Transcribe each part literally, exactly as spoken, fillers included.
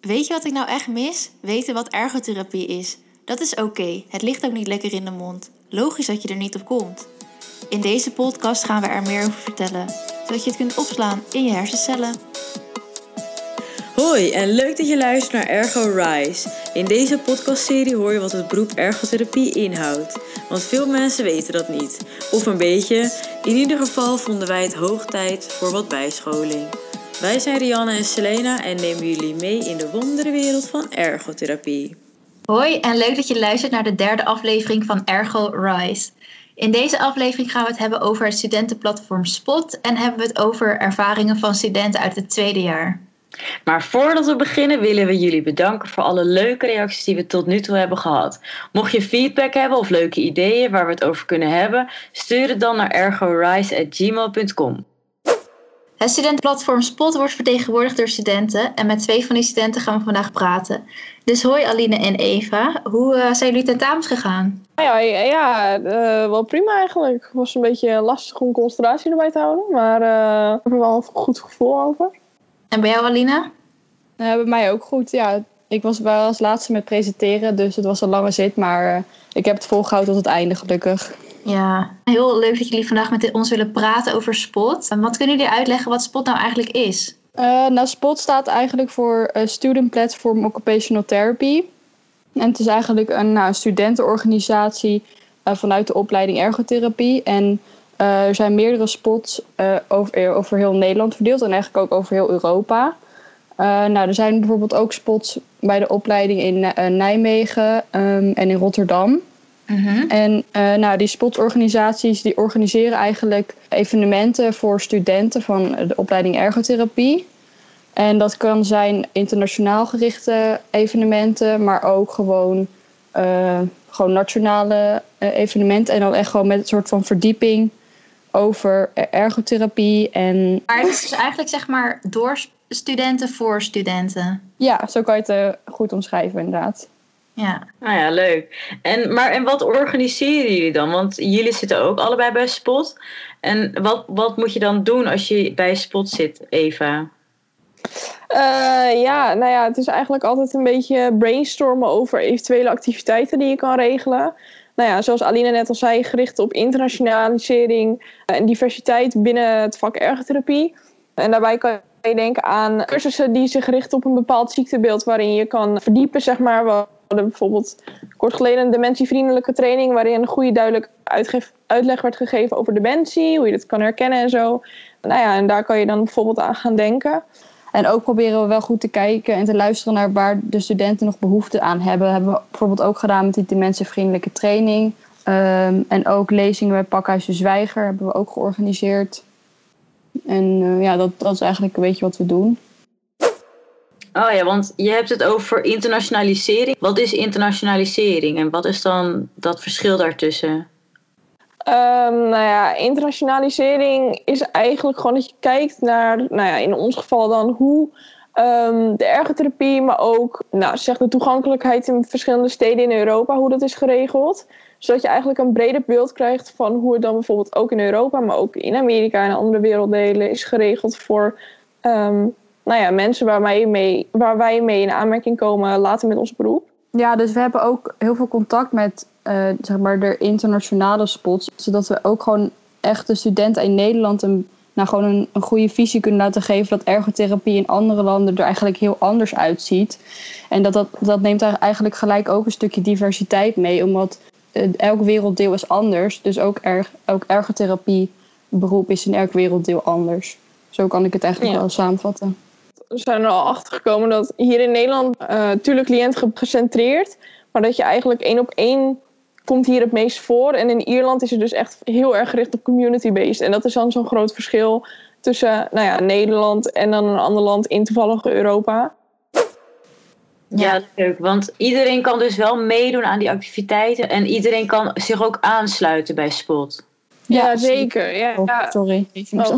Weet je wat ik nou echt mis? Weten wat ergotherapie is. Dat is oké, het ligt ook niet lekker in de mond. Logisch dat je er niet op komt. In deze podcast gaan we er meer over vertellen, zodat je het kunt opslaan in je hersencellen. Hoi en leuk dat je luistert naar Ergo Rise. In deze podcastserie hoor je wat het beroep ergotherapie inhoudt. Want veel mensen weten dat niet. Of een beetje. In ieder geval vonden wij het hoog tijd voor wat bijscholing. Wij zijn Rianne en Selena en nemen jullie mee in de wonderenwereld van ergotherapie. Hoi en leuk dat je luistert naar de derde aflevering van Ergo Rise. In deze aflevering gaan we het hebben over het studentenplatform Spot en hebben we het over ervaringen van studenten uit het tweede jaar. Maar voordat we beginnen willen we jullie bedanken voor alle leuke reacties die we tot nu toe hebben gehad. Mocht je feedback hebben of leuke ideeën waar we het over kunnen hebben, stuur het dan naar ergorise at gmail dot com. Het studentenplatform Spot wordt vertegenwoordigd door studenten en met twee van die studenten gaan we vandaag praten. Dus hoi Aline en Eva, hoe uh, zijn jullie tentamens gegaan? Ja, ja, ja uh, wel prima eigenlijk. Het was een beetje lastig om concentratie erbij te houden, maar uh, ik heb er wel een goed gevoel over. En bij jou Aline? Uh, bij mij ook goed, ja. Ik was wel als laatste met presenteren, dus het was een lange zit, maar uh, ik heb het volgehouden tot het einde gelukkig. Ja, heel leuk dat jullie vandaag met ons willen praten over Spot. Wat kunnen jullie uitleggen wat Spot nou eigenlijk is? Uh, nou, Spot staat eigenlijk voor uh, Student Platform Occupational Therapy. En het is eigenlijk een nou, studentenorganisatie uh, vanuit de opleiding ergotherapie. En uh, er zijn meerdere spots uh, over, over heel Nederland verdeeld en eigenlijk ook over heel Europa. Uh, nou, er zijn bijvoorbeeld ook spots bij de opleiding in uh, Nijmegen um, en in Rotterdam. Mm-hmm. En uh, nou, die spotorganisaties die organiseren eigenlijk evenementen voor studenten van de opleiding ergotherapie. En dat kan zijn internationaal gerichte evenementen, maar ook gewoon, uh, gewoon nationale uh, evenementen. En dan echt gewoon met een soort van verdieping over ergotherapie. En... Maar het is dus eigenlijk zeg maar door studenten voor studenten. Ja, zo kan je het uh, goed omschrijven inderdaad. Ja. Nou ja, leuk. En, maar en wat organiseren jullie dan? Want jullie zitten ook allebei bij Spot. En wat, wat moet je dan doen als je bij Spot zit, Eva? Uh, ja, nou ja, het is eigenlijk altijd een beetje brainstormen over eventuele activiteiten die je kan regelen. Nou ja, zoals Aline net al zei, gericht op internationalisering en diversiteit binnen het vak ergotherapie. En daarbij kan je denken aan cursussen die zich richten op een bepaald ziektebeeld waarin je kan verdiepen, zeg maar. We hadden bijvoorbeeld kort geleden een dementievriendelijke training waarin een goede duidelijk uitge- uitleg werd gegeven over dementie, hoe je dat kan herkennen en zo. Nou ja, en daar kan je dan bijvoorbeeld aan gaan denken. En ook proberen we wel goed te kijken en te luisteren naar waar de studenten nog behoefte aan hebben. Hebben we bijvoorbeeld ook gedaan met die dementievriendelijke training. Um, en ook lezingen bij Pakhuis de Zwijger hebben we ook georganiseerd. En uh, ja, dat, dat is eigenlijk een beetje wat we doen. Oh ja, want je hebt het over internationalisering. Wat is internationalisering en wat is dan dat verschil daartussen? Um, nou ja, internationalisering is eigenlijk gewoon dat je kijkt naar, nou ja, in ons geval dan hoe um, de ergotherapie, maar ook nou, zeg de toegankelijkheid in verschillende steden in Europa, hoe dat is geregeld. Zodat je eigenlijk een breder beeld krijgt van hoe het dan bijvoorbeeld ook in Europa, maar ook in Amerika en andere werelddelen is geregeld voor um, nou ja, mensen waar wij, mee, waar wij mee in aanmerking komen later met ons beroep. Ja, dus we hebben ook heel veel contact met uh, zeg maar de internationale spots. Zodat we ook gewoon echt de studenten in Nederland een, nou, gewoon een, een goede visie kunnen laten geven dat ergotherapie in andere landen er eigenlijk heel anders uitziet. En dat, dat, dat neemt eigenlijk gelijk ook een stukje diversiteit mee. Omdat uh, elk werelddeel is anders. Dus ook, erg, ook ergotherapie beroep is in elk werelddeel anders. Zo kan ik het eigenlijk ja. wel samenvatten. We zijn er al achter gekomen dat hier in Nederland natuurlijk uh, cliënt gecentreerd, maar dat je eigenlijk één op één komt hier het meest voor. En in Ierland is het dus echt heel erg gericht op community-based. En dat is dan zo'n groot verschil tussen nou ja, Nederland en dan een ander land in toevallig Europa. Ja, leuk. Want iedereen kan dus wel meedoen aan die activiteiten en iedereen kan zich ook aansluiten bij Spot. Ja, ja zeker. Ja, oh, sorry. Oh.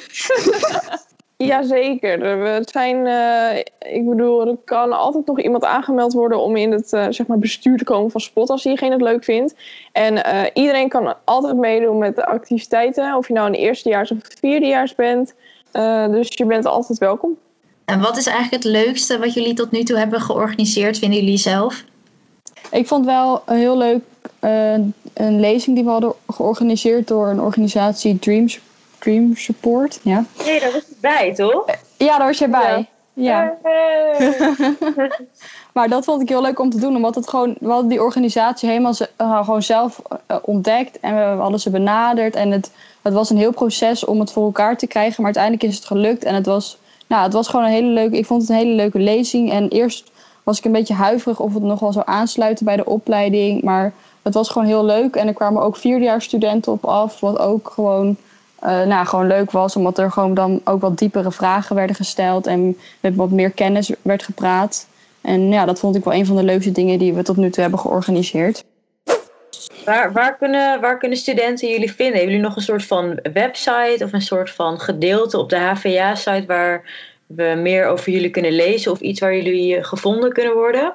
Jazeker. Het zijn, uh, ik bedoel, er kan altijd nog iemand aangemeld worden om in het uh, zeg maar bestuur te komen van Spot als diegene het leuk vindt. En uh, iedereen kan altijd meedoen met de activiteiten, of je nou een eerstejaars of vierdejaars bent. Uh, dus je bent altijd welkom. En wat is eigenlijk het leukste wat jullie tot nu toe hebben georganiseerd, vinden jullie zelf? Ik vond wel een heel leuk uh, een lezing die we hadden georganiseerd door een organisatie Dreams, Dream Support. Ja. Nee, daar was je bij, toch? Ja, daar was jij bij. Ja. ja. Hey. Maar dat vond ik heel leuk om te doen, omdat het gewoon, we hadden die organisatie helemaal uh, gewoon zelf uh, ontdekt en we hadden ze benaderd en het, het was een heel proces om het voor elkaar te krijgen, maar uiteindelijk is het gelukt en het was, nou, het was gewoon een hele leuke, ik vond het een hele leuke lezing en eerst was ik een beetje huiverig of het nog wel zou aansluiten bij de opleiding, maar het was gewoon heel leuk en er kwamen ook vierdejaarsstudenten op af, wat ook gewoon, uh, nou, gewoon leuk was, omdat er gewoon dan ook wat diepere vragen werden gesteld en met wat meer kennis werd gepraat. En ja, dat vond ik wel een van de leukste dingen die we tot nu toe hebben georganiseerd. Waar, waar, kunnen, waar kunnen studenten jullie vinden? Hebben jullie nog een soort van website of een soort van gedeelte op de H V A-site waar we meer over jullie kunnen lezen of iets waar jullie gevonden kunnen worden?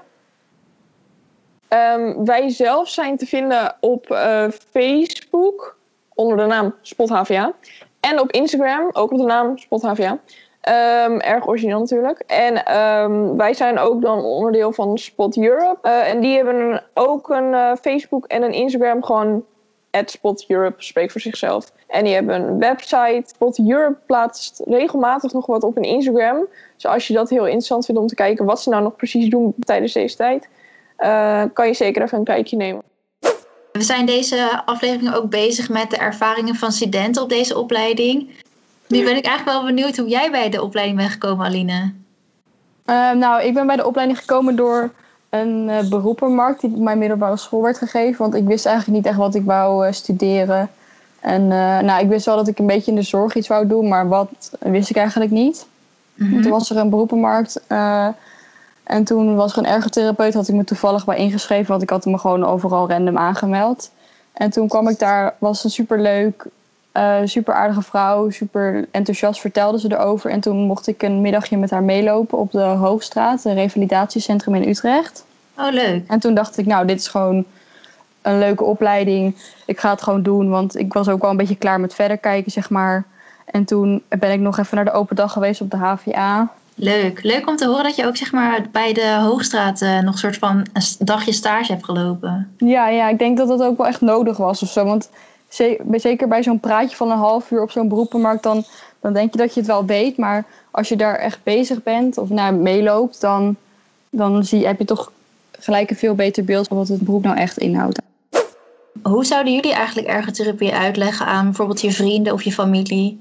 Um, wij zelf zijn te vinden op uh, Facebook onder de naam Spot H V A en op Instagram ook onder de naam Spot H V A. Um, erg origineel natuurlijk. En um, wij zijn ook dan onderdeel van Spot Europe. Uh, en die hebben ook een uh, Facebook en een Instagram. Gewoon at Spot Europe, spreekt voor zichzelf. En die hebben een website. Spot Europe plaatst regelmatig nog wat op hun Instagram. Dus als je dat heel interessant vindt om te kijken wat ze nou nog precies doen tijdens deze tijd, Uh, kan je zeker even een kijkje nemen. We zijn deze aflevering ook bezig met de ervaringen van studenten op deze opleiding. Nu ben ik eigenlijk wel benieuwd hoe jij bij de opleiding bent gekomen, Aline. Uh, nou, ik ben bij de opleiding gekomen door een uh, beroepenmarkt die op mijn middelbare school werd gegeven. Want ik wist eigenlijk niet echt wat ik wou uh, studeren. En uh, nou, ik wist wel dat ik een beetje in de zorg iets wou doen, maar wat wist ik eigenlijk niet. Mm-hmm. Toen was er een beroepenmarkt. Uh, en toen was er een ergotherapeut, had ik me toevallig bij ingeschreven, want ik had me gewoon overal random aangemeld. En toen kwam ik daar, was een superleuk, uh, super aardige vrouw, super enthousiast vertelde ze erover. En toen mocht ik een middagje met haar meelopen op de Hoogstraat, een revalidatiecentrum in Utrecht. Oh, leuk. En toen dacht ik, nou, dit is gewoon een leuke opleiding. Ik ga het gewoon doen, want ik was ook wel een beetje klaar met verder kijken, zeg maar. En toen ben ik nog even naar de open dag geweest op de H V A. Leuk. Leuk om te horen dat je ook zeg maar bij de Hoogstraat uh, nog een soort van een dagje stage hebt gelopen. Ja, ja, ik denk dat dat ook wel echt nodig was of zo. Want ze- zeker bij zo'n praatje van een half uur op zo'n beroepenmarkt, dan, dan denk je dat je het wel weet. Maar als je daar echt bezig bent of nou, meeloopt, dan, dan zie, heb je toch gelijk een veel beter beeld van wat het beroep nou echt inhoudt. Hoe zouden jullie eigenlijk ergotherapie uitleggen aan bijvoorbeeld je vrienden of je familie?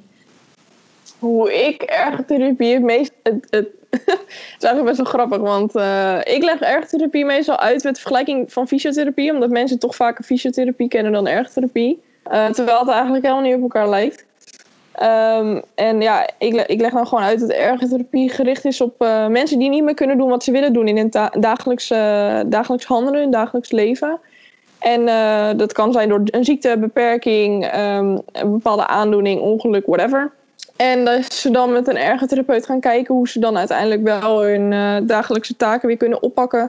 Hoe ik ergotherapie het meest... Het, het, het is eigenlijk best wel grappig, want uh, ik leg ergotherapie meestal uit met de vergelijking van fysiotherapie, omdat mensen toch vaker fysiotherapie kennen dan ergotherapie. Uh, terwijl het eigenlijk helemaal niet op elkaar lijkt. Um, en ja, ik, ik leg nou gewoon uit dat ergotherapie gericht is op uh, mensen die niet meer kunnen doen wat ze willen doen in hun ta- dagelijks, uh, dagelijks handelen, in dagelijks leven. En uh, dat kan zijn door een ziekte, beperking, um, een bepaalde aandoening, ongeluk, whatever. En dat ze dan met een ergotherapeut gaan kijken hoe ze dan uiteindelijk wel hun uh, dagelijkse taken weer kunnen oppakken.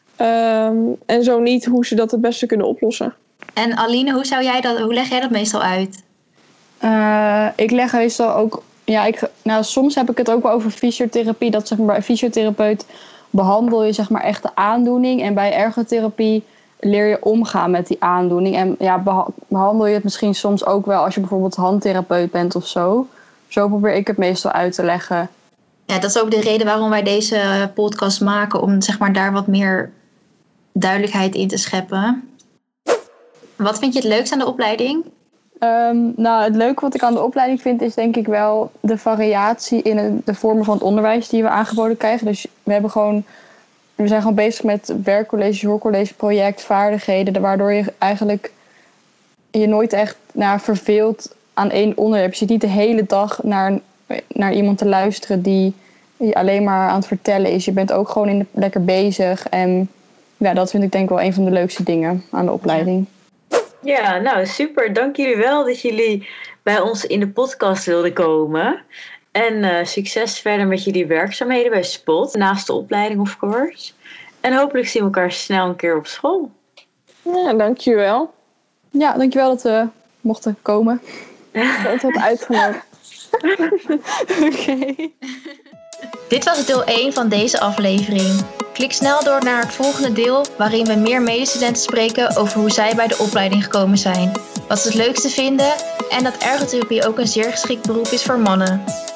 Um, en zo niet hoe ze dat het beste kunnen oplossen. En Aline, hoe, zou jij dat, hoe leg jij dat meestal uit? Uh, ik leg meestal ook... Ja, ik, nou, soms heb ik het ook wel over fysiotherapie. Dat zeg maar, bij een fysiotherapeut behandel je zeg maar echt de aandoening. En bij ergotherapie leer je omgaan met die aandoening. En ja, beha- behandel je het misschien soms ook wel als je bijvoorbeeld handtherapeut bent of zo. Zo probeer ik het meestal uit te leggen. Ja, dat is ook de reden waarom wij deze podcast maken. Om zeg maar daar wat meer duidelijkheid in te scheppen. Wat vind je het leukst aan de opleiding? Um, nou, het leuke wat ik aan de opleiding vind is denk ik wel de variatie in de vormen van het onderwijs die we aangeboden krijgen. Dus we hebben gewoon, we zijn gewoon bezig met werkcollege, hoorcollege, project, vaardigheden. Waardoor je eigenlijk je nooit echt nou, verveelt aan één onderwerp. Je zit niet de hele dag naar, naar iemand te luisteren die, die alleen maar aan het vertellen is. Je bent ook gewoon in de, lekker bezig. En ja, dat vind ik denk ik wel een van de leukste dingen aan de opleiding. Ja, nou super. Dank jullie wel dat jullie bij ons in de podcast wilden komen. En uh, succes verder met jullie werkzaamheden bij Spot. Naast de opleiding, of course. En hopelijk zien we elkaar snel een keer op school. Ja, dankjewel. Ja, dankjewel dat we mochten komen. Dat het uitgenodigd. Oké. Okay. Dit was deel één van deze aflevering. Klik snel door naar het volgende deel waarin we meer medestudenten spreken over hoe zij bij de opleiding gekomen zijn, wat ze het leukste vinden en dat ergotherapie ook een zeer geschikt beroep is voor mannen.